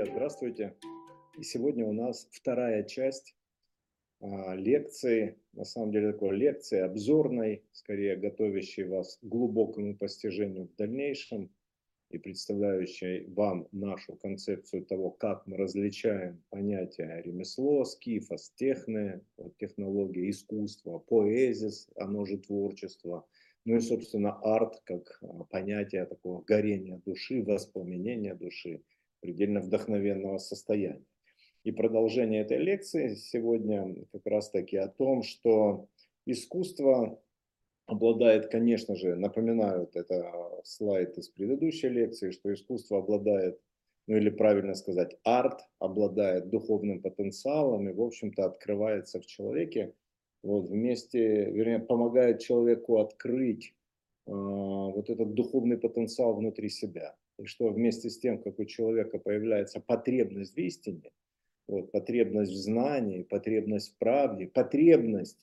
Здравствуйте. И сегодня у нас вторая часть лекции, на самом деле такой лекции обзорной, скорее готовящей вас к глубокому постижению в дальнейшем и представляющей вам нашу концепцию того, как мы различаем понятия ремесло, скифос, техне, технология, искусство, поэзис, оно же творчество, ну и, собственно, арт как понятие такого горения души, воспламенения души, предельно вдохновенного состояния. И продолжение этой лекции сегодня как раз-таки о том, что искусство обладает, конечно же, напоминают это слайд из предыдущей лекции, что искусство обладает, ну или правильно сказать, арт обладает духовным потенциалом и, в общем-то, открывается в человеке, вот вместе, вернее, помогает человеку открыть вот этот духовный потенциал внутри себя. И что вместе с тем, как у человека появляется потребность в истине, вот, потребность в знании, потребность в правде, потребность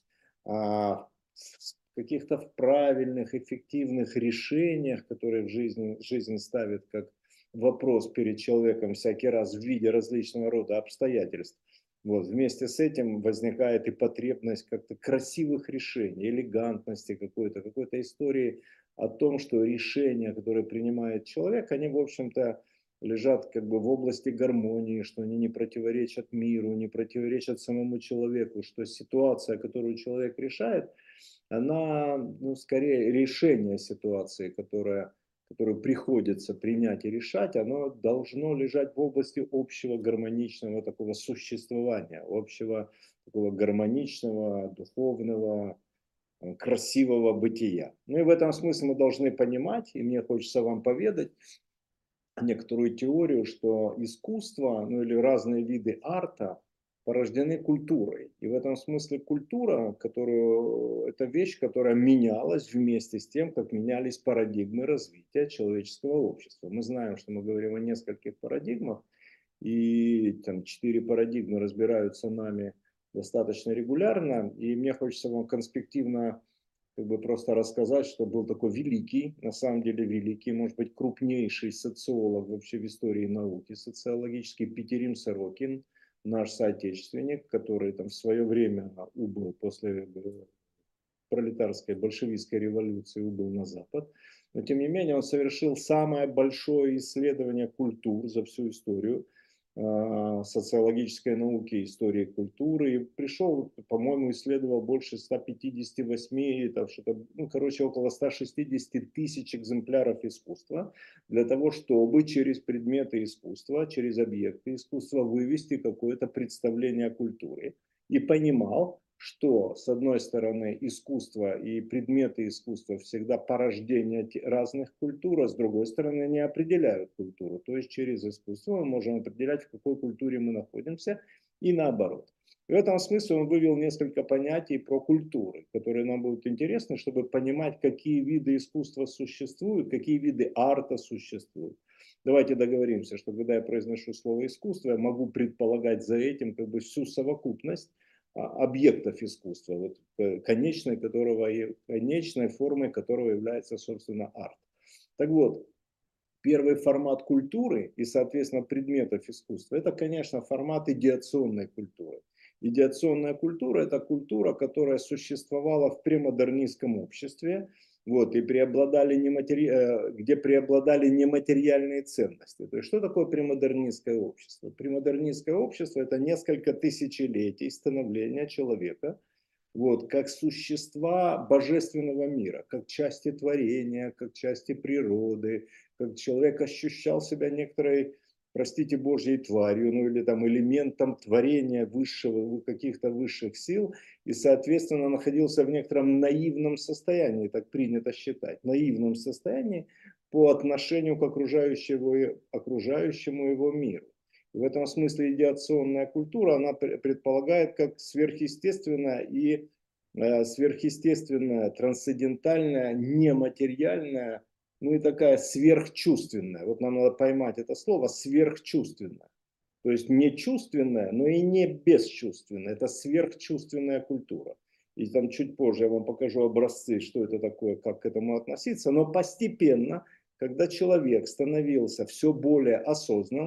в каких-то правильных, эффективных решениях, которые в жизнь ставит как вопрос перед человеком всякий раз в виде различного рода обстоятельств. Вот, вместе с этим возникает и потребность как-то красивых решений, элегантности какой-то истории о том, что решения, которые принимает человек, они, в общем-то, лежат как бы в области гармонии, что они не противоречат миру, не противоречат самому человеку, что ситуация, которую человек решает, она, ну, скорее решение ситуации, которую приходится принять и решать, оно должно лежать в области общего гармоничного такого существования, общего такого гармоничного, духовного, красивого бытия. Ну и в этом смысле мы должны понимать, и мне хочется вам поведать, некоторую теорию, что искусство, ну или разные виды арта порождены культурой. И в этом смысле культура, это вещь, которая менялась вместе с тем, как менялись парадигмы развития человеческого общества. Мы знаем, что мы говорим о нескольких парадигмах, и там 4 парадигмы разбираются нами достаточно регулярно. И мне хочется вам конспективно как бы просто рассказать, что был такой великий, на самом деле великий, может быть, крупнейший социолог вообще в истории науки социологический, Петерим Сорокин, наш соотечественник, который там в свое время убыл после пролетарской большевистской революции, убыл на Запад. Но тем не менее он совершил самое большое исследование культур за всю историю социологической науки, истории культуры. И пришел, по-моему, исследовал больше 158, там что-то, ну, короче, около 160 тысяч экземпляров искусства, для того, чтобы через предметы искусства, через объекты искусства вывести какое-то представление о культуре. И понимал, что, с одной стороны, искусство и предметы искусства всегда порождение разных культур, а с другой стороны, не определяют культуру. То есть через искусство мы можем определять, в какой культуре мы находимся, и наоборот. И в этом смысле он вывел несколько понятий про культуры, которые нам будут интересны, чтобы понимать, какие виды искусства существуют, какие виды арта существуют. Давайте договоримся, что когда я произношу слово искусство, я могу предполагать за этим как бы всю совокупность объектов искусства, вот, конечной формой которого является, собственно, арт. Так вот, первый формат культуры и, соответственно, предметов искусства, это, конечно, формат идеационной культуры. Идеационная культура – это культура, которая существовала в премодернистском обществе, вот, и где преобладали нематериальные ценности. То есть, что такое премодернистское общество? Премодернистское общество – это несколько тысячелетий становления человека, вот, как существа божественного мира, как части творения, как части природы, как человек ощущал себя некоторой, простите, божьей тварью, ну или там элементом творения высшего, каких-то высших сил, и, соответственно, находился в некотором наивном состоянии, так принято считать, наивном состоянии по отношению к окружающему его миру. И в этом смысле идеационная культура, она предполагает как сверхъестественное, трансцендентальное, нематериальное, ну и такая сверхчувственная. Вот нам надо поймать это слово сверхчувственное. То есть не чувственная, но и не бесчувственная. Это сверхчувственная культура. И там чуть позже я вам покажу образцы, что это такое, как к этому относиться. Но постепенно, когда человек становился все более осознан,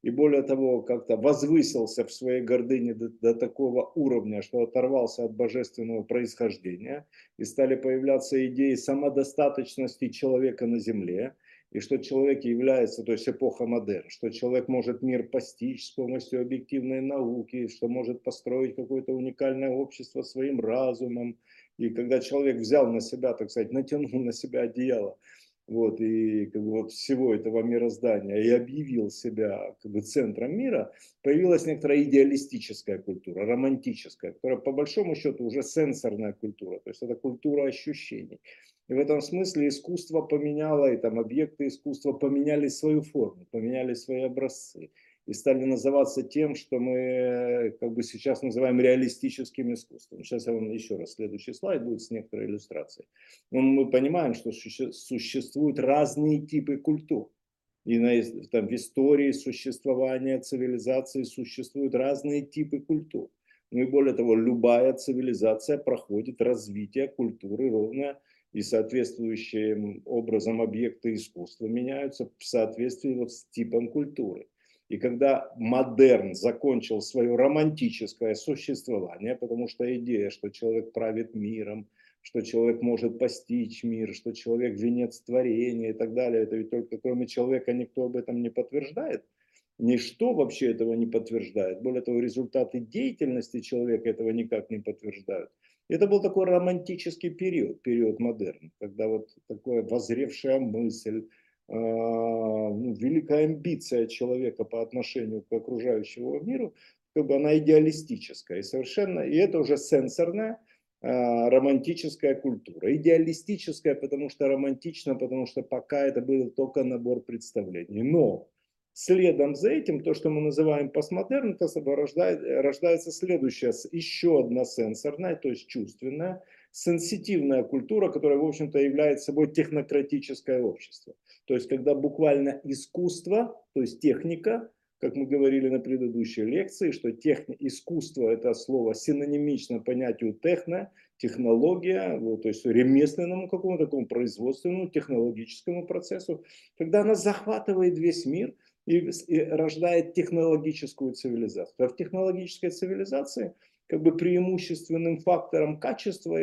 и более того, как-то возвысился в своей гордыне до такого уровня, что оторвался от божественного происхождения, и стали появляться идеи самодостаточности человека на Земле, и что человек является, то есть эпоха модерн, что человек может мир постичь с помощью объективной науки, что может построить какое-то уникальное общество своим разумом. И когда человек взял на себя, так сказать, натянул на себя одеяло, вот, и как бы, вот, всего этого мироздания и объявил себя как бы центром мира, появилась некоторая идеалистическая культура, романтическая, которая по большому счету уже сенсорная культура, то есть это культура ощущений. И в этом смысле искусство поменяло, и там объекты искусства поменяли свою форму, поменяли свои образцы. И стали называться тем, что мы как бы сейчас называем реалистическим искусством. Сейчас я вам еще раз, следующий слайд будет с некоторой иллюстрацией. Но мы понимаем, что существуют разные типы культур. И там, в истории существования цивилизации существуют разные типы культур. Ну и более того, любая цивилизация проходит развитие культуры ровно, и соответствующим образом объекты искусства меняются в соответствии вот с типом культуры. И когда модерн закончил свое романтическое существование, потому что идея, что человек правит миром, что человек может постичь мир, что человек венец творения и так далее, это ведь только кроме человека никто об этом не подтверждает. Ничто вообще этого не подтверждает. Более того, результаты деятельности человека этого никак не подтверждают. Это был такой романтический период, период модерна, когда вот такая воззревшая мысль, великая амбиция человека по отношению к окружающему миру, как бы она идеалистическая и совершенно, и это уже сенсорная романтическая культура. Идеалистическая, потому что романтично, потому что пока это был только набор представлений. Но следом за этим, то, что мы называем постмодерн, это рождается следующая, еще одна сенсорная, то есть чувственная, сенситивная культура, которая, в общем-то, является собой технократическое общество. То есть, когда буквально искусство, то есть техника, как мы говорили на предыдущей лекции, что искусство это слово синонимично понятию техно, технология, вот, то есть ремесленному какому-то такому производственному, технологическому процессу, когда она захватывает весь мир, и рождает технологическую цивилизацию. А в технологической цивилизации как бы преимущественным фактором качества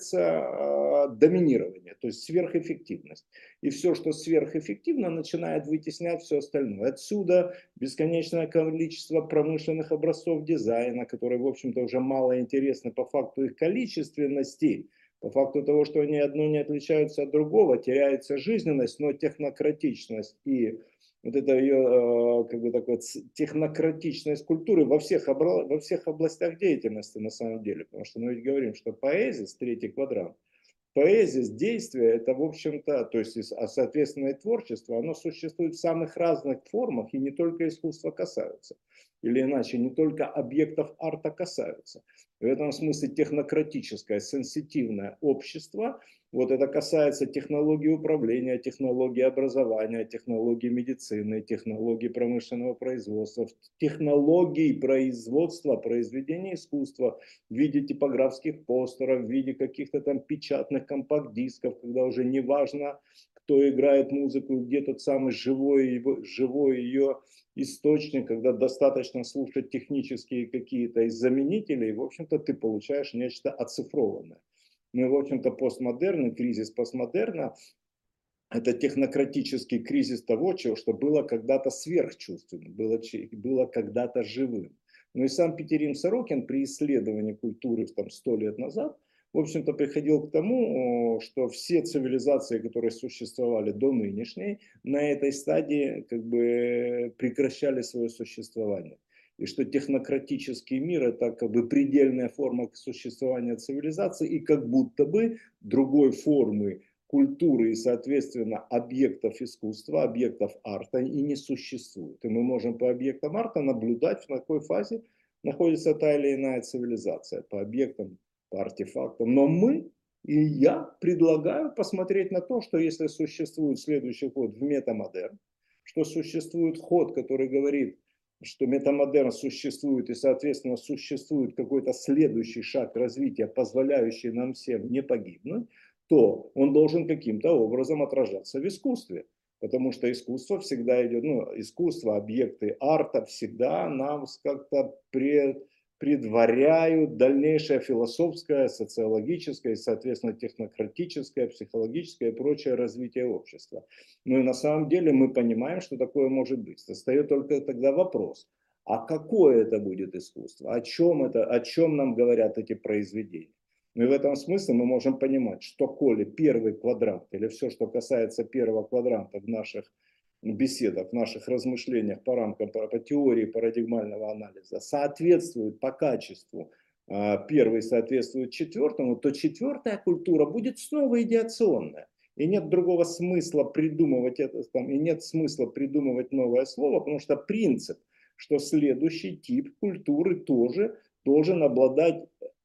является доминирование, то есть сверхэффективность. И все, что сверхэффективно, начинает вытеснять все остальное. Отсюда бесконечное количество промышленных образцов дизайна, которые, в общем-то, уже мало интересны по факту их количественности, по факту того, что они одно не отличаются от другого, теряется жизненность, но технократичность и вот это ее как бы такой технократичность культуры во всех областях деятельности на самом деле. Потому что мы ведь говорим, что поэзия, третий квадрант, поэзия, действие, это в общем-то, то есть, соответственно, и творчество, оно существует в самых разных формах, и не только искусства касаются. Или иначе, не только объектов арта касаются. В этом смысле технократическое, сенситивное общество, вот это касается технологий управления, технологий образования, технологий медицины, технологий промышленного производства, технологий производства, произведения искусства в виде типографских постеров, в виде каких-то там печатных компакт-дисков, когда уже не важно, кто играет музыку, где тот самый живой ее источник, когда достаточно слушать технические какие-то из заменителей, в общем-то, ты получаешь нечто оцифрованное. Ну и, в общем-то, постмодерн, кризис постмодерна, это технократический кризис того, что было когда-то сверхчувственным, было когда-то живым. Ну и сам Петерим Сорокин при исследовании культуры там, 100 лет назад, в общем-то, приходил к тому, что все цивилизации, которые существовали до нынешней, на этой стадии как бы прекращали свое существование. И что технократический мир – это как бы предельная форма существования цивилизации, и как будто бы другой формы культуры и, соответственно, объектов искусства, объектов арта и не существует. И мы можем по объектам арта наблюдать, в какой фазе находится та или иная цивилизация, по объектам, по артефактам. Но мы и я предлагаю посмотреть на то, что если существует следующий ход в метамодерн, что существует ход, который говорит, что метамодерн существует и, соответственно, существует какой-то следующий шаг развития, позволяющий нам всем не погибнуть, то он должен каким-то образом отражаться в искусстве. Потому что искусство всегда идет, ну, искусство, объекты арта всегда нам как-то предваряют дальнейшее философское, социологическое, соответственно, технократическое, психологическое и прочее развитие общества. Ну и на самом деле мы понимаем, что такое может быть. Остается только тогда вопрос, а какое это будет искусство? О чем это, о чем нам говорят эти произведения? Ну и в этом смысле мы можем понимать, что коли первый квадрант или все, что касается первого квадранта в наших беседах, в наших размышлениях по рамкам, по теории парадигмального анализа соответствует по качеству, первый соответствует четвертому, то четвертая культура будет снова идеационная. И нет другого смысла придумывать это, там, и нет смысла придумывать новое слово, потому что принцип, что следующий тип культуры тоже должен обладать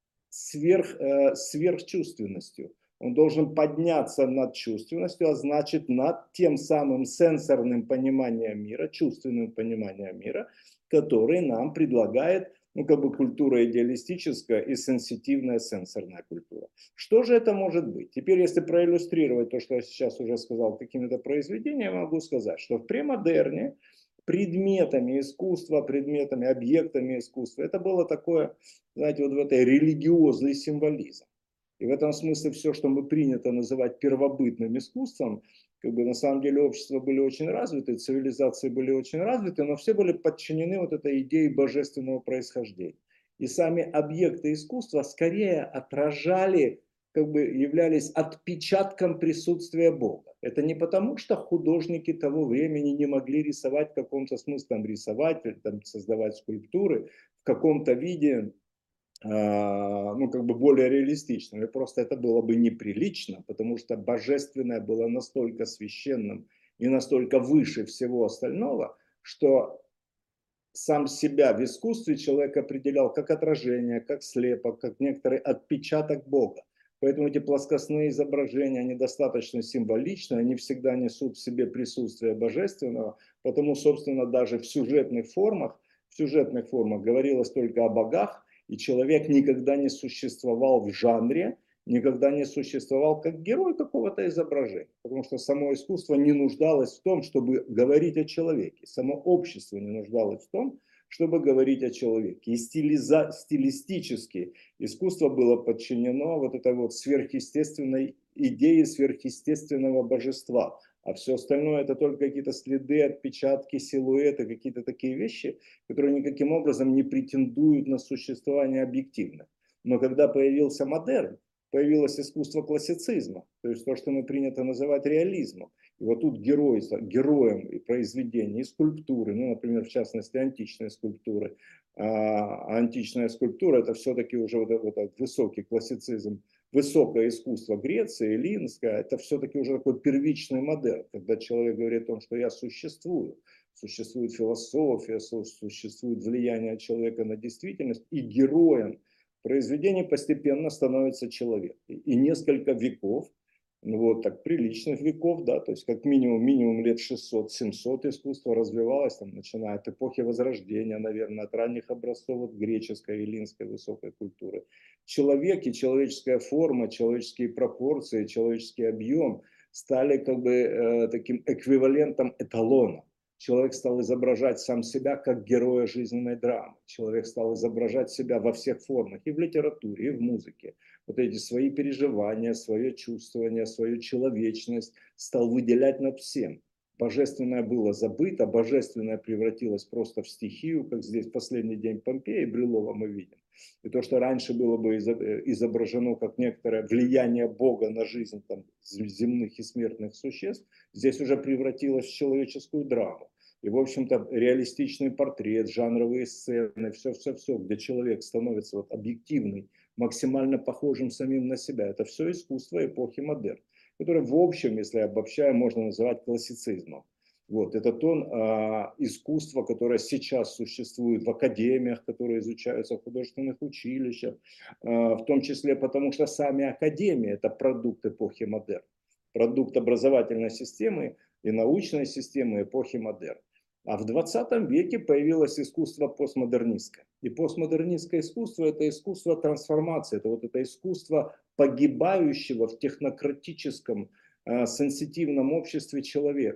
сверхчувственностью. Он должен подняться над чувственностью, а значит над тем самым сенсорным пониманием мира, чувственным пониманием мира, который нам предлагает, ну, как бы культура идеалистическая и сенситивная сенсорная культура. Что же это может быть? Теперь, если проиллюстрировать то, что я сейчас уже сказал какими-то произведениями, я могу сказать, что в премодерне предметами искусства, предметами, объектами искусства, это было такое, знаете, вот в этой религиозный символизм. И в этом смысле все, что мы принято называть первобытным искусством, как бы на самом деле общества были очень развиты, цивилизации были очень развиты, но все были подчинены вот этой идее божественного происхождения. И сами объекты искусства скорее отражали, как бы являлись отпечатком присутствия Бога. Это не потому, что художники того времени не могли рисовать в каком-то смысле, там, рисовать, там, создавать скульптуры в каком-то виде, ну, как бы более реалистичным. И просто это было бы неприлично, потому что божественное было настолько священным и настолько выше всего остального, что сам себя в искусстве человек определял как отражение, как слепок, как некоторый отпечаток Бога. Поэтому эти плоскостные изображения, они достаточно символичны, они всегда несут в себе присутствие божественного, потому, собственно, даже в сюжетных формах говорилось только о богах, и человек никогда не существовал в жанре, никогда не существовал как герой какого-то изображения, потому что само искусство не нуждалось в том, чтобы говорить о человеке, само общество не нуждалось в том, чтобы говорить о человеке. И стилистически искусство было подчинено вот этой вот сверхъестественной идее сверхъестественного божества. А все остальное это только какие-то следы, отпечатки, силуэты, какие-то такие вещи, которые никаким образом не претендуют на существование объективно. Но когда появился модерн, появилось искусство классицизма, то есть то, что мы принято называть реализмом. И вот тут героем и произведения, и скульптуры, ну, например, в частности, античные скульптуры. А античная скульптура – это все-таки уже вот этот высокий классицизм, высокое искусство Греции, эллинское, это все-таки уже такой первичный модерн, когда человек говорит о том, что я существую. Существует философия, существует влияние человека на действительность, и героем произведение постепенно становится человек. И несколько веков, ну вот так приличных веков, да, то есть как минимум лет 600-700 искусство развивалось, там, начиная от эпохи Возрождения, наверное, от ранних образцов вот, греческой, эллинской высокой культуры. Человек и человеческая форма, человеческие пропорции, человеческий объем стали как бы таким эквивалентом эталона. Человек стал изображать сам себя как героя жизненной драмы. Человек стал изображать себя во всех формах, и в литературе, и в музыке. Вот эти свои переживания, свое чувствование, свою человечность стал выделять над всем. Божественное было забыто, божественное превратилось просто в стихию, как здесь последний день Помпеи, Брюлова мы видим. И то, что раньше было бы изображено как некоторое влияние Бога на жизнь там, земных и смертных существ, здесь уже превратилось в человеческую драму. И, в общем-то, реалистичный портрет, жанровые сцены, все-все-все, где человек становится вот объективный, максимально похожим самим на себя. Это все искусство эпохи модерн, которое в общем, если обобщая, можно называть классицизмом. Вот, это то искусство, которое сейчас существует в академиях, которые изучаются в художественных училищах, в том числе потому, что сами академии – это продукт эпохи модерн, продукт образовательной системы и научной системы эпохи модерн. А в 20 веке появилось искусство постмодернистское. И постмодернистское искусство – это искусство трансформации, это вот это искусство погибающего в технократическом, сенситивном обществе человека.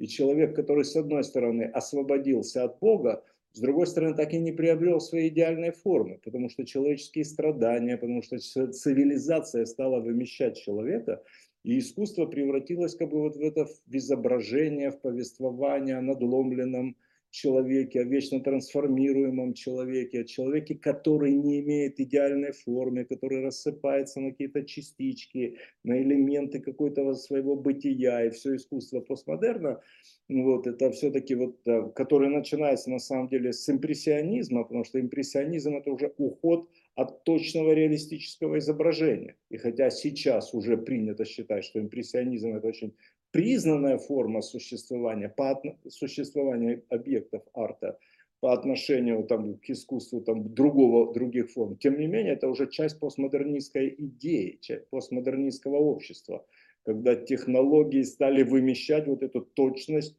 И человек, который с одной стороны освободился от Бога, с другой стороны так и не приобрел своей идеальной формы, потому что человеческие страдания, потому что цивилизация стала вымещать человека, и искусство превратилось как бы вот в это в изображение, в повествование о надломленном человеке, о вечно трансформируемом человеке, о человеке, который не имеет идеальной формы, который рассыпается на какие-то частички, на элементы какой-то своего бытия. И все искусство постмодерна, вот, это все-таки вот, который начинается на самом деле с импрессионизма, потому что импрессионизм это уже уход от точного реалистического изображения. И хотя сейчас уже принято считать, что импрессионизм это очень признанная форма существования, существования объектов арта по отношению там, к искусству там, других форм, тем не менее это уже часть постмодернистской идеи, часть постмодернистского общества, когда технологии стали вымещать вот эту точность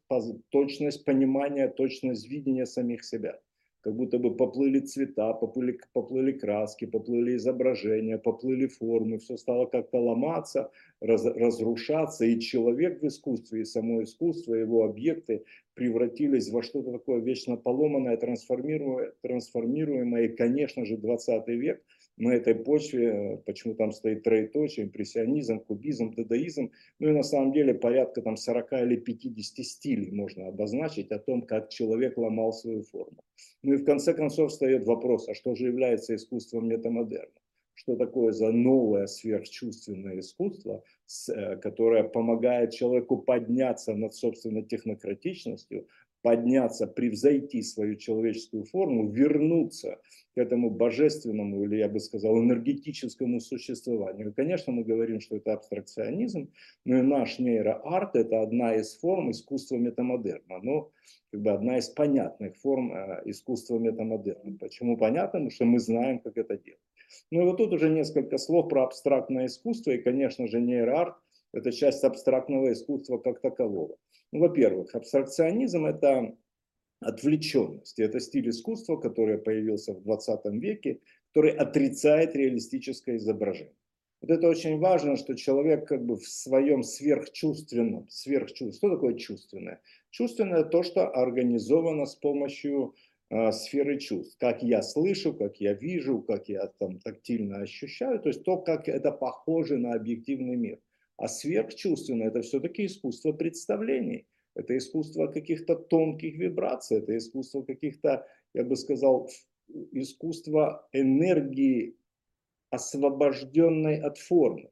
понимания, точность видения самих себя. Как будто бы поплыли цвета, поплыли краски, поплыли изображения, поплыли формы, все стало как-то ломаться, разрушаться, и человек в искусстве, и само искусство, его объекты превратились во что-то такое вечно поломанное, трансформируемое, и, конечно же, 20 век на этой почве, почему там стоит троеточие, импрессионизм, кубизм, дадаизм, ну и на самом деле порядка там 40 или 50 стилей можно обозначить о том, как человек ломал свою форму. Ну и в конце концов встает вопрос, а что же является искусством метамодерна? Что такое за новое сверхчувственное искусство, которое помогает человеку подняться над собственной технократичностью, подняться, превзойти свою человеческую форму, вернуться к этому божественному, или я бы сказал, энергетическому существованию. И, конечно, мы говорим, что это абстракционизм, но и наш нейроарт – это одна из форм искусства метамодерна. Но как бы одна из понятных форм искусства метамодерна. Почему понятно? Потому что мы знаем, как это делать. Ну и вот тут уже несколько слов про абстрактное искусство. И, конечно же, нейроарт – это часть абстрактного искусства как такового. Ну, во-первых, абстракционизм – это отвлеченность. Это стиль искусства, который появился в 20 веке, который отрицает реалистическое изображение. Вот это очень важно, что человек как бы в своем сверхчувственном, что такое чувственное? Чувственное то, что организовано с помощью сферы чувств. Как я слышу, как я вижу, как я там тактильно ощущаю, то есть то, как это похоже на объективный мир. А сверхчувственное – это все-таки искусство представлений. Это искусство каких-то тонких вибраций, это искусство каких-то, я бы сказал, искусство энергии, освобожденной от формы.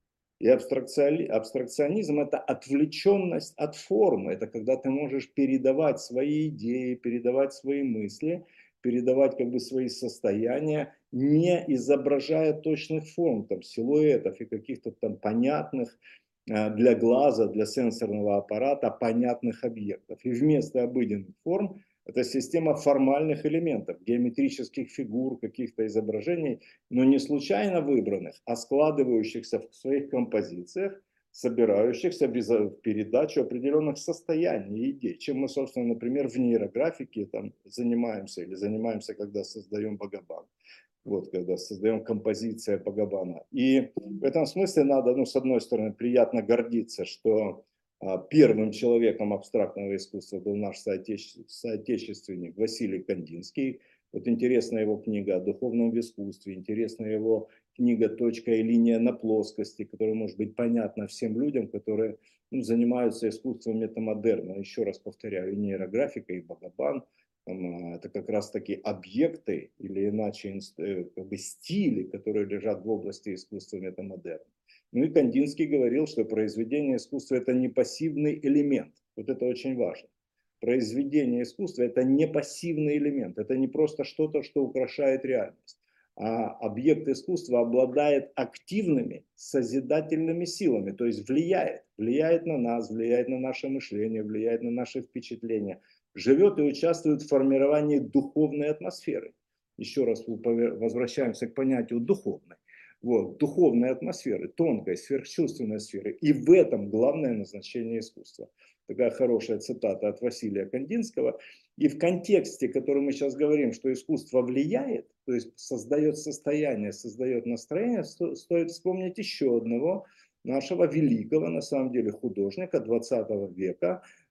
И абстракционизм – это отвлеченность от формы. Это когда ты можешь передавать свои идеи, передавать свои мысли, передавать как бы свои состояния, не изображая точных форм, там, силуэтов и каких-то там понятных для глаза, для сенсорного аппарата понятных объектов. И вместо обыденных форм это система формальных элементов, геометрических фигур, каких-то изображений, но не случайно выбранных, а складывающихся в своих композициях, собирающихся в передачу определенных состояний и идей, чем мы, собственно, например, в нейрографике там, занимаемся, когда создаем Бхагаван. Вот, когда создаем композиция Бхагавана. И в этом смысле надо, ну, с одной стороны, приятно гордиться, что первым человеком абстрактного искусства был наш соотечественник Василий Кандинский. Вот интересна его книга о духовном искусстве, интересна его книга «Точка и линия на плоскости», которая может быть понятна всем людям, которые занимаются искусством метамодерна. Еще раз повторяю, и нейрографика, и Бхагаван. Это как раз таки объекты или иначе как бы стили, которые лежат в области искусства метамодерна. Ну и Кандинский говорил, что произведение искусства – это не пассивный элемент. Вот это очень важно. Произведение искусства – это не пассивный элемент, это не просто что-то, что украшает реальность. А объект искусства обладает активными созидательными силами, то есть влияет на нас, влияет на наше мышление, влияет на наши впечатления, живет и участвует в формировании духовной атмосферы. Еще раз возвращаемся к понятию духовной. Вот, духовной атмосферы, тонкой, сверхчувственной сферы. И в этом главное назначение искусства. Такая хорошая цитата от Василия Кандинского. И в контексте, который мы сейчас говорим, что искусство влияет, то есть создает состояние, создает настроение, стоит вспомнить еще одного нашего великого, на самом деле, художника 20 века,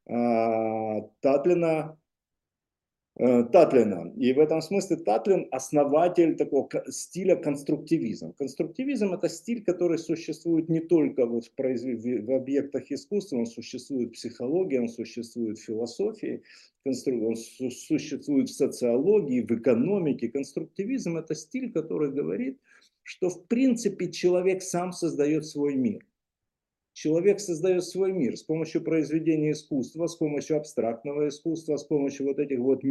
Татлина. Татлина. И в этом смысле Татлин основатель такого стиля конструктивизм. Конструктивизм – это стиль, который существует не только вот в объектах искусства, он существует в психологии, он существует в философии, он существует в социологии, в экономике. Конструктивизм – это стиль, который говорит, что в принципе человек сам создает свой мир. Человек создает свой мир с помощью произведения искусства, с помощью абстрактного искусства, с помощью вот этих вот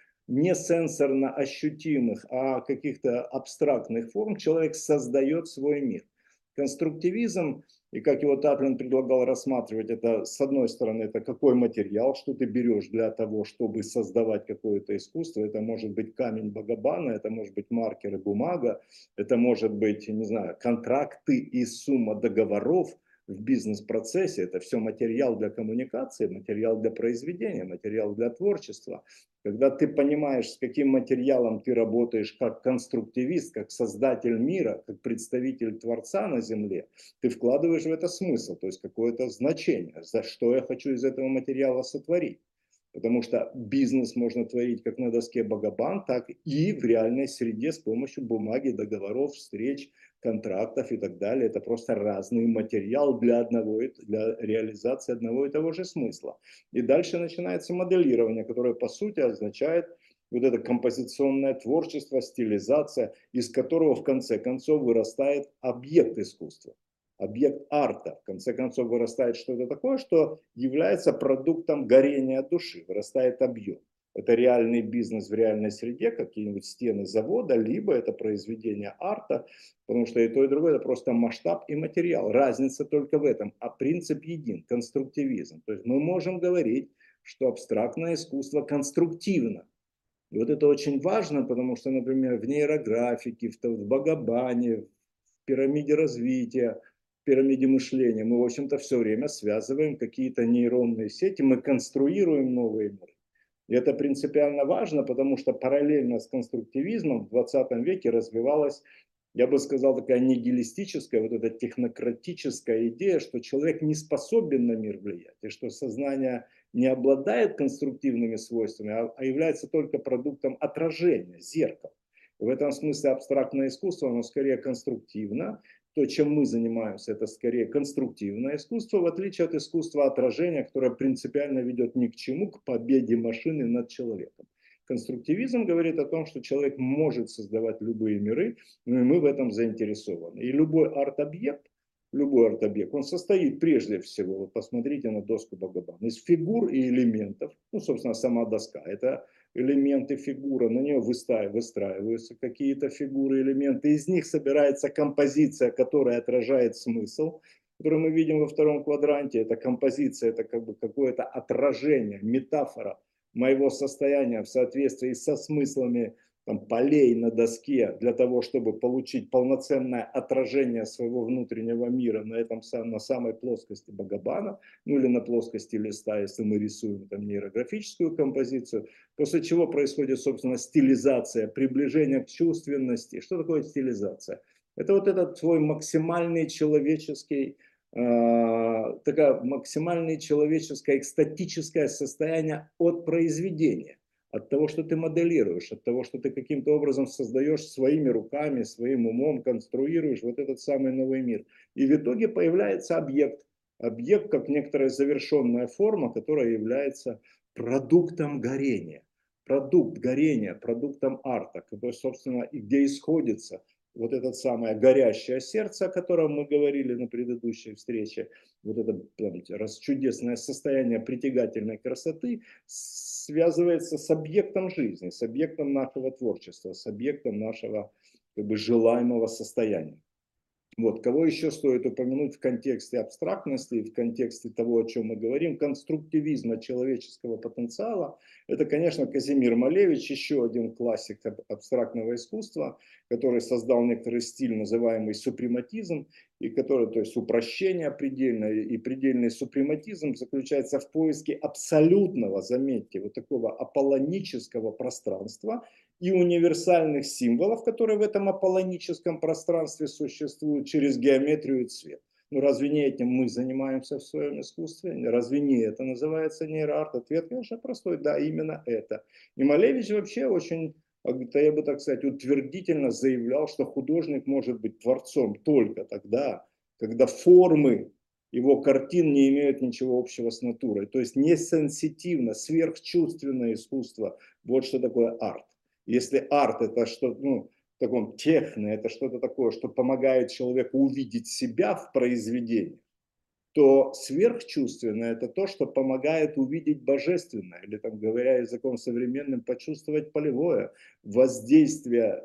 не сенсорно ощутимых, а каких-то абстрактных форм. Человек создает свой мир. Конструктивизм, и как его Татлин предлагал рассматривать, это с одной стороны, это какой материал, что ты берешь для того, чтобы создавать какое-то искусство. Это может быть камень Багабана, это может быть маркер и бумага, это может быть, не знаю, контракты и сумма договоров в бизнес-процессе. Это все материал для коммуникации, материал для произведения, материал для творчества. Когда ты понимаешь, с каким материалом ты работаешь как конструктивист, как создатель мира, как представитель Творца на Земле, ты вкладываешь в это смысл, то есть какое-то значение, за что я хочу из этого материала сотворить. Потому что бизнес можно творить как на доске Багабан, так и в реальной среде с помощью бумаги, договоров, встреч, контрактов и так далее. Это просто разный материал для для реализации одного и того же смысла. И дальше начинается моделирование, которое по сути означает вот это композиционное творчество, стилизация, из которого в конце концов вырастает объект искусства, объект арта. В конце концов вырастает что-то такое, что является продуктом горения души, вырастает объем. Это реальный бизнес в реальной среде, какие-нибудь стены завода, либо это произведение арта, потому что и то, и другое это просто масштаб и материал. Разница только в этом, а принцип един, конструктивизм. То есть мы можем говорить, что абстрактное искусство конструктивно. И вот это очень важно, потому что, например, в нейрографике, в Багабане, в пирамиде развития, в пирамиде мышления мы, в общем-то, все время связываем какие-то нейронные сети, мы конструируем новые миры. И это принципиально важно, потому что параллельно с конструктивизмом в 20 веке развивалась, я бы сказал, такая нигилистическая, вот эта технократическая идея, что человек не способен на мир влиять, и что сознание не обладает конструктивными свойствами, а является только продуктом отражения, зеркала. В этом смысле абстрактное искусство, оно скорее конструктивно. То, чем мы занимаемся, это скорее конструктивное искусство, в отличие от искусства отражения, которое принципиально ведет ни к чему, к победе машины над человеком. Конструктивизм говорит о том, что человек может создавать любые миры, но и мы в этом заинтересованы. И любой арт-объект, он состоит прежде всего, вот посмотрите на доску Багабана, из фигур и элементов, ну, собственно, сама доска, это элементы фигуры, на нее выстраиваются какие-то фигуры, элементы, из них собирается композиция, которая отражает смысл, который мы видим во втором квадранте. Это композиция, это как бы какое-то отражение, метафора моего состояния в соответствии со смыслами там, полей на доске для того, чтобы получить полноценное отражение своего внутреннего мира на самой плоскости Багабана, ну или на плоскости листа, если мы рисуем там нейрографическую композицию, после чего происходит, собственно, стилизация, приближение к чувственности. Что такое стилизация? Это вот этот твой максимальный человеческий такая максимальное человеческое экстатическое состояние от произведения, от того, что ты моделируешь, от того, что ты каким-то образом создаешь своими руками, своим умом, конструируешь вот этот самый новый мир. И в итоге появляется объект. Объект как некоторая завершенная форма, которая является продуктом горения. Продукт горения, продуктом арта, который, собственно, и где исходится вот это самое горящее сердце, о котором мы говорили на предыдущей встрече, вот это чудесное состояние притягательной красоты связывается с объектом жизни, с объектом нашего творчества, с объектом нашего как бы желаемого состояния. Вот. Кого еще стоит упомянуть в контексте абстрактности, в контексте того, о чем мы говорим, конструктивизма человеческого потенциала, это, конечно, Казимир Малевич, еще один классик абстрактного искусства, который создал некоторый стиль, называемый супрематизм, и который, то есть упрощение предельное, и предельный супрематизм заключается в поиске абсолютного, заметьте, вот такого аполлонического пространства, и универсальных символов, которые в этом аполлоническом пространстве существуют через геометрию и цвет. Ну разве не этим мы занимаемся в своем искусстве? Разве не это называется нейроарт? Ответ, конечно, простой, да, именно это. И Малевич вообще очень, я бы так сказать, утвердительно заявлял, что художник может быть творцом только тогда, когда формы его картин не имеют ничего общего с натурой. То есть несенситивно, сверхчувственное искусство. Вот что такое арт. Если арт это что, ну, в таком техно, это что-то такое, что помогает человеку увидеть себя в произведении, то сверхчувственное это то, что помогает увидеть божественное, или, там, говоря языком современным, почувствовать полевое воздействие,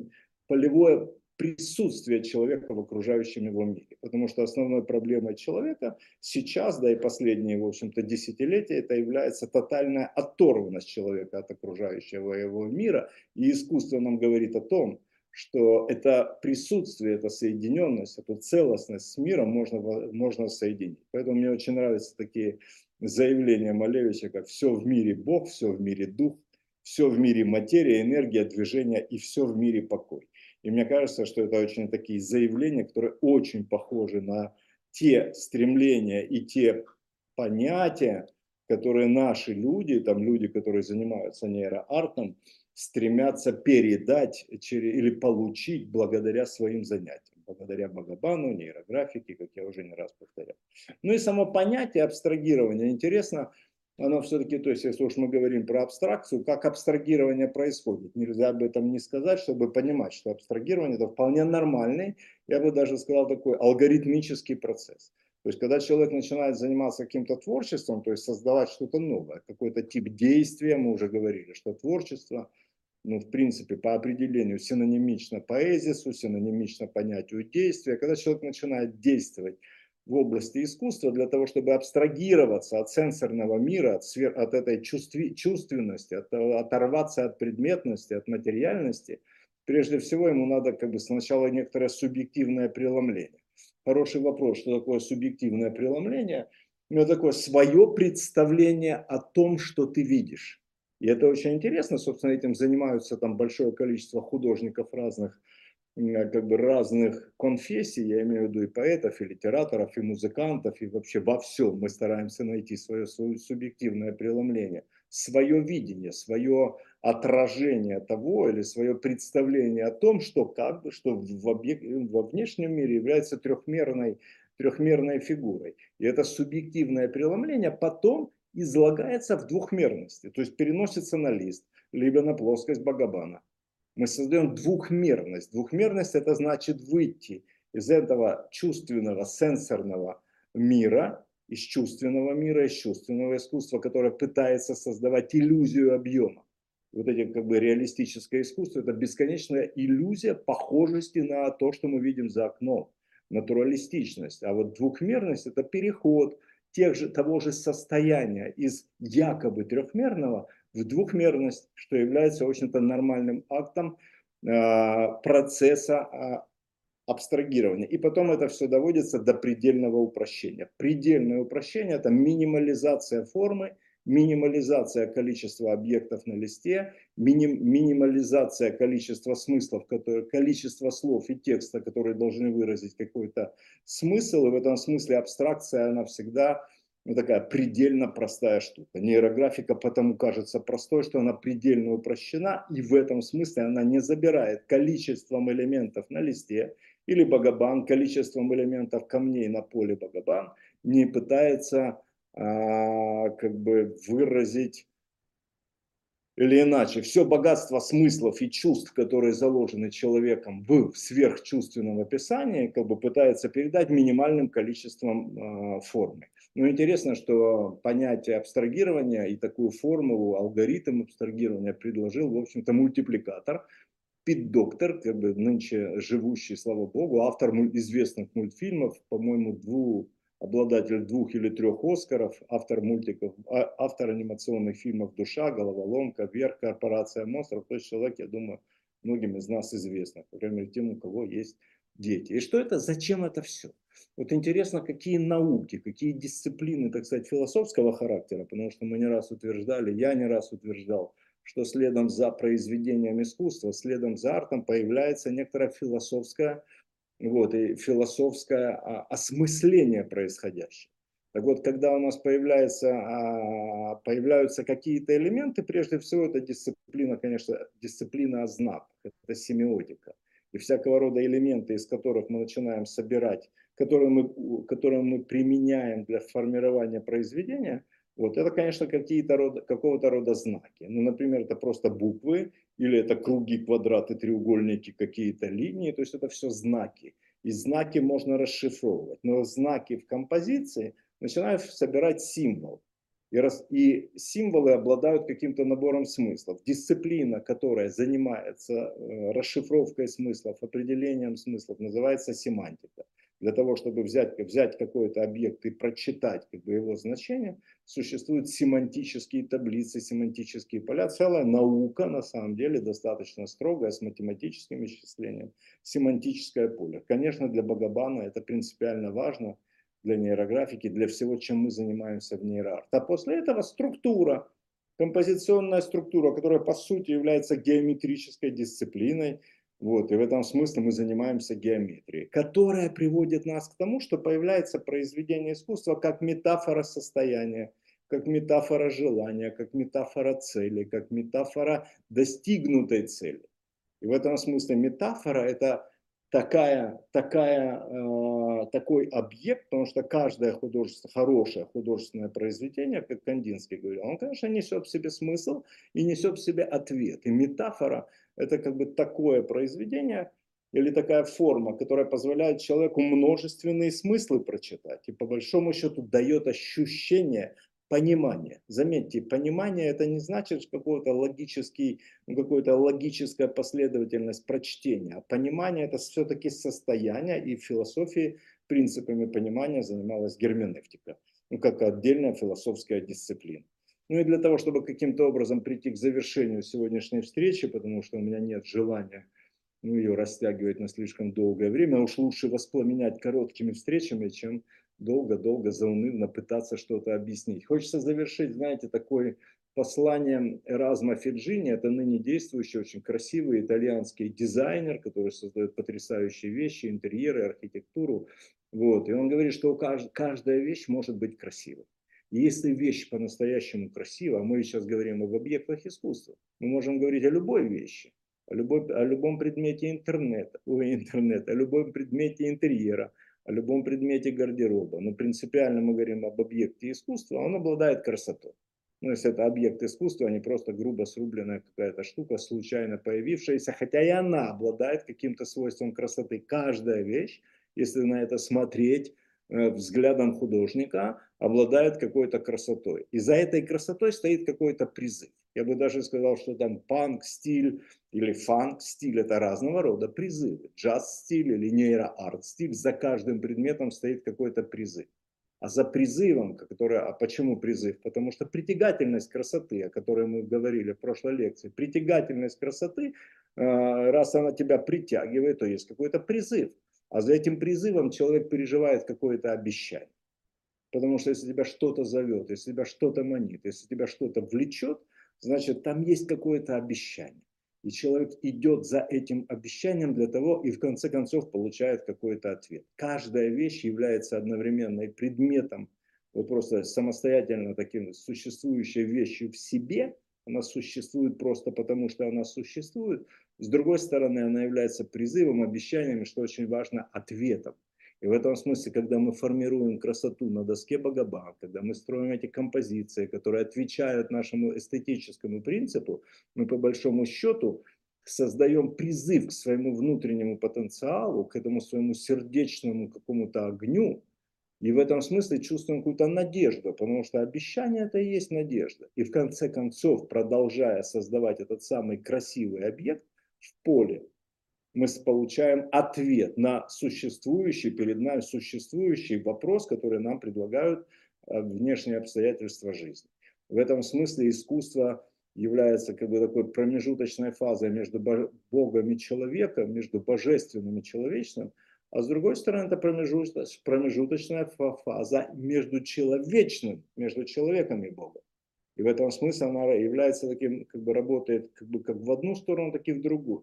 полевое присутствие человека в окружающем его мире. Потому что основной проблемой человека сейчас, да и последние, в общем-то, десятилетия, это является тотальная оторванность человека от окружающего его мира. И искусство нам говорит о том, что это присутствие, это соединенность, эту целостность с миром можно соединить. Поэтому мне очень нравятся такие заявления Малевича, как «все в мире Бог, все в мире Дух, все в мире материя, энергия, движение и все в мире покой». И мне кажется, что это очень такие заявления, которые очень похожи на те стремления и те понятия, которые наши люди, там люди, которые занимаются нейроартом, стремятся передать или получить благодаря своим занятиям, благодаря Багабану, нейрографике, как я уже не раз повторял. Ну и само понятие абстрагирования интересно, оно все-таки, то есть если уж мы говорим про абстракцию, как абстрагирование происходит, нельзя об этом не сказать, чтобы понимать, что абстрагирование это вполне нормальный, я бы даже сказал, такой алгоритмический процесс. То есть, когда человек начинает заниматься каким-то творчеством, то есть создавать что-то новое, какой-то тип действия, мы уже говорили, что творчество, ну, в принципе, по определению синонимично поэзису, синонимично понятию действия. Когда человек начинает действовать в области искусства для того, чтобы абстрагироваться от сенсорного мира, от этой чувственности, оторваться от предметности, от материальности, прежде всего ему надо как бы сначала некоторое субъективное преломление. Хороший вопрос, что такое субъективное преломление? Ну, это такое свое представление о том, что ты видишь. И это очень интересно, собственно, этим занимаются там большое количество художников разных, как бы разных конфессий, я имею в виду и поэтов, и литераторов, и музыкантов, и вообще во всем мы стараемся найти свое субъективное преломление, свое видение, свое отражение того или свое представление о том, что как бы, что во внешнем мире является трехмерной фигурой. И это субъективное преломление потом излагается в двухмерности, то есть переносится на лист, либо на плоскость Багабана. Мы создаем двухмерность. Двухмерность это значит выйти из этого чувственного, сенсорного мира, из чувственного искусства, которое пытается создавать иллюзию объема. Вот эти как бы реалистическое искусство, это бесконечная иллюзия похожести на то, что мы видим за окном, натуралистичность. А вот двухмерность это переход того же состояния из якобы трехмерного в двухмерность, что является, в общем-то, нормальным актом процесса абстрагирования. И потом это все доводится до предельного упрощения. Предельное упрощение – это минимализация формы, минимализация количества объектов на листе, минимализация количества смыслов, количество слов и текста, которые должны выразить какой-то смысл. И в этом смысле абстракция, она всегда такая предельно простая штука. Нейрографика потому кажется простой, что она предельно упрощена, и в этом смысле она не забирает количеством элементов на листе, или Багабан количеством элементов камней на поле Багабан не пытается как бы выразить или иначе все богатство смыслов и чувств, которые заложены человеком в сверхчувственном описании, как бы пытается передать минимальным количеством формы. Но интересно, что понятие абстрагирования и такую формулу, алгоритм абстрагирования предложил, в общем-то, мультипликатор, Пит Доктор, как бы нынче живущий, слава богу, автор известных мультфильмов, по-моему, обладатель 2 или 3 Оскаров, автор мультиков, автор анимационных фильмов «Душа», «Головоломка», «Вверх», «Корпорация монстров». То есть человек, я думаю, многим из нас известно, по крайней мере, тем, у кого есть дети. И что это, зачем это все? Вот интересно, какие науки, какие дисциплины, так сказать, философского характера, потому что мы не раз утверждали, я не раз утверждал, что следом за произведением искусства, следом за артом появляется некоторая философская вот, и философское осмысление происходящего. Так вот, когда у нас появляются какие-то элементы, прежде всего это дисциплина, конечно, дисциплина о знаках, это семиотика. И всякого рода элементы, из которых мы начинаем собирать, которые мы применяем для формирования произведения, вот это, конечно, какого-то рода знаки. Ну, например, это просто буквы, или это круги, квадраты, треугольники, какие-то линии, то есть это все знаки. И знаки можно расшифровывать, но знаки в композиции начинают собирать символ. И символы обладают каким-то набором смыслов. Дисциплина, которая занимается расшифровкой смыслов, определением смыслов, называется семантика. Для того, чтобы взять какой-то объект и прочитать как бы, его значение, существуют семантические таблицы, семантические поля. Целая наука, на самом деле, достаточно строгая, с математическим исчислением. Семантическое поле. Конечно, для Бхагабана это принципиально важно, для нейрографики, для всего, чем мы занимаемся в нейроарт. А после этого структура, композиционная структура, которая по сути является геометрической дисциплиной. Вот, и в этом смысле мы занимаемся геометрией, которая приводит нас к тому, что появляется произведение искусства как метафора состояния, как метафора желания, как метафора цели, как метафора достигнутой цели. И в этом смысле метафора – это такой объект, потому что каждое хорошее художественное произведение, как Кандинский говорил, он, конечно, несет в себе смысл и несет в себе ответ. И метафора – это как бы такое произведение или такая форма, которая позволяет человеку множественные смыслы прочитать и по большому счету дает ощущение понимания. Заметьте, понимание – это не значит какой-то какая-то логическая последовательность прочтения. А понимание – это все-таки состояние, и в философии принципами понимания занималась герменевтика, ну, как отдельная философская дисциплина. Ну и для того, чтобы каким-то образом прийти к завершению сегодняшней встречи, потому что у меня нет желания ее растягивать на слишком долгое время, уж лучше воспламенять короткими встречами, чем долго-долго заунывно пытаться что-то объяснить. Хочется завершить, знаете, такое посланием Эразмо Феджини, это ныне действующий, очень красивый итальянский дизайнер, который создает потрясающие вещи, интерьеры, архитектуру. Вот. И он говорит, что каждая вещь может быть красивой. И если вещь по-настоящему красива, мы сейчас говорим об объектах искусства, мы можем говорить о любой вещи, о любом предмете интернета, о любом предмете интерьера, о любом предмете гардероба. Но принципиально мы говорим об объекте искусства, он обладает красотой. Ну, если это объект искусства, а не просто грубо срубленная какая-то штука, случайно появившаяся, хотя и она обладает каким-то свойством красоты. Каждая вещь, если на это смотреть взглядом художника, обладает какой-то красотой. И за этой красотой стоит какой-то призыв. Я бы даже сказал, что там панк-стиль или фанк-стиль – это разного рода призывы. Джаз-стиль или нейроарт-стиль, за каждым предметом стоит какой-то призыв. А за призывом, почему призыв? Потому что притягательность красоты, о которой мы говорили в прошлой лекции, притягательность красоты, раз она тебя притягивает, то есть какой-то призыв. А за этим призывом человек переживает какое-то обещание. Потому что если тебя что-то зовет, если тебя что-то манит, если тебя что-то влечет, значит там есть какое-то обещание. И человек идет за этим обещанием для того, и в конце концов получает какой-то ответ. Каждая вещь является одновременно и предметом, вот просто самостоятельно таким существующей вещью в себе. Она существует просто потому, что она существует. С другой стороны, она является призывом, обещанием, что очень важно, ответом. И в этом смысле, когда мы формируем красоту на доске Бхагабан, когда мы строим эти композиции, которые отвечают нашему эстетическому принципу, мы по большому счету создаем призыв к своему внутреннему потенциалу, к этому своему сердечному какому-то огню, и в этом смысле чувствуем какую-то надежду, потому что обещание – это и есть надежда. И в конце концов, продолжая создавать этот самый красивый объект в поле, мы получаем ответ на существующий, перед нами существующий вопрос, который нам предлагают внешние обстоятельства жизни. В этом смысле искусство является как бы такой промежуточной фазой между Богом и человеком, между божественным и человечным, а с другой стороны это промежуточная фаза между человечным, между человеком и Богом. И в этом смысле она является таким, как бы работает как бы как в одну сторону, так и в другую.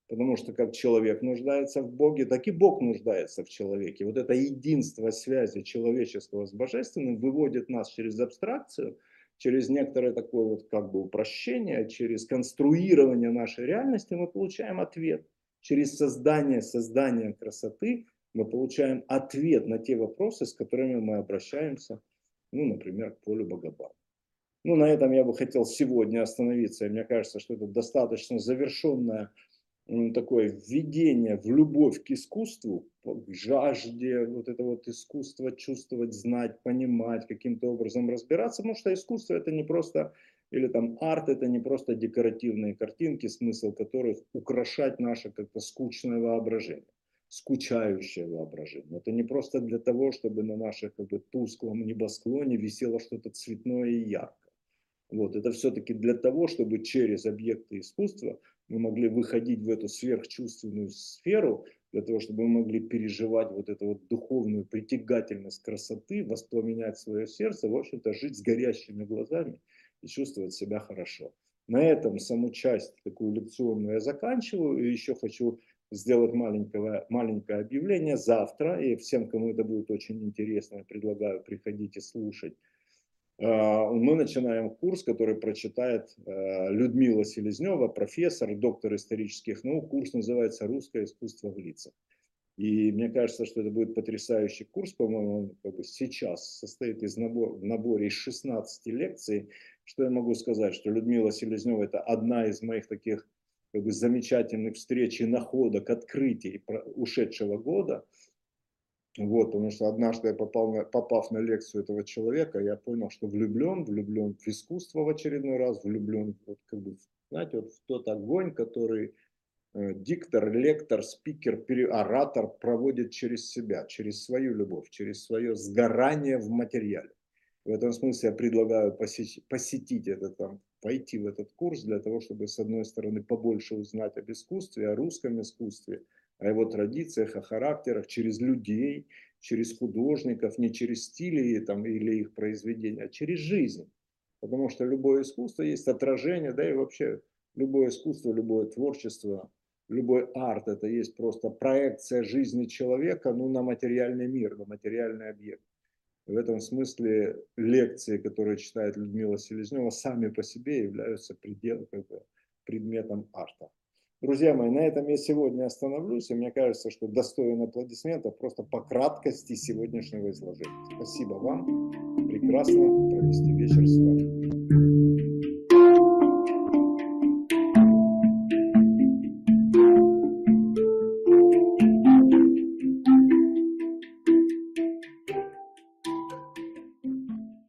Потому что как человек нуждается в Боге, так и Бог нуждается в человеке. Вот это единство связи человеческого с божественным выводит нас через абстракцию, через некоторое такое вот как бы упрощение, через конструирование нашей реальности мы получаем ответ. Через создание красоты мы получаем ответ на те вопросы, с которыми мы обращаемся, ну, например, к полю Богобара. Ну, на этом я бы хотел сегодня остановиться. И мне кажется, что это достаточно завершенное такое введение в любовь к искусству, к жажде вот это вот искусство чувствовать, знать, понимать, каким-то образом разбираться, потому что искусство это не просто, или там арт это не просто декоративные картинки, смысл которых украшать наше как-то скучное воображение, скучающее воображение. Это не просто для того, чтобы на нашем как бы тусклом небосклоне висело что-то цветное и яркое. Вот, это все-таки для того, чтобы через объекты искусства мы могли выходить в эту сверхчувственную сферу, для того, чтобы мы могли переживать вот эту вот духовную притягательность красоты, воспламенять свое сердце, в общем-то, жить с горящими глазами и чувствовать себя хорошо. На этом саму часть такую лекционную я заканчиваю. И еще хочу сделать маленькое объявление. Завтра, и всем, кому это будет очень интересно, я предлагаю приходить и слушать, мы начинаем курс, который прочитает Людмила Селезнева, профессор, доктор исторических наук. Курс называется «Русское искусство в лицах». И мне кажется, что это будет потрясающий курс, по-моему, он как бы сейчас состоит из набора из 16 лекций. Что я могу сказать, что Людмила Селезнева это одна из моих таких как бы замечательных встреч и находок, открытий ушедшего года. Вот, потому что однажды я попав на лекцию этого человека, я понял, что влюблен в искусство в очередной раз, влюблен вот, как бы, знаете, вот в тот огонь, который диктор, лектор, спикер, оратор проводит через себя, через свою любовь, через свое сгорание в материале. В этом смысле я предлагаю посетить этот, там, пойти в этот курс для того, чтобы, с одной стороны, побольше узнать об искусстве, о русском искусстве, о его традициях, о характерах, через людей, через художников, не через стили там, или их произведения, а через жизнь. Потому что любое искусство есть отражение, да и вообще любое искусство, любое творчество, любой арт это есть просто проекция жизни человека ну, на материальный мир, на материальный объект. В этом смысле лекции, которые читает Людмила Селезнева, сами по себе являются предметом арта. Друзья мои, на этом я сегодня остановлюсь, и мне кажется, что достоин аплодисментов просто по краткости сегодняшнего изложения. Спасибо вам. Прекрасно провести вечер с вами.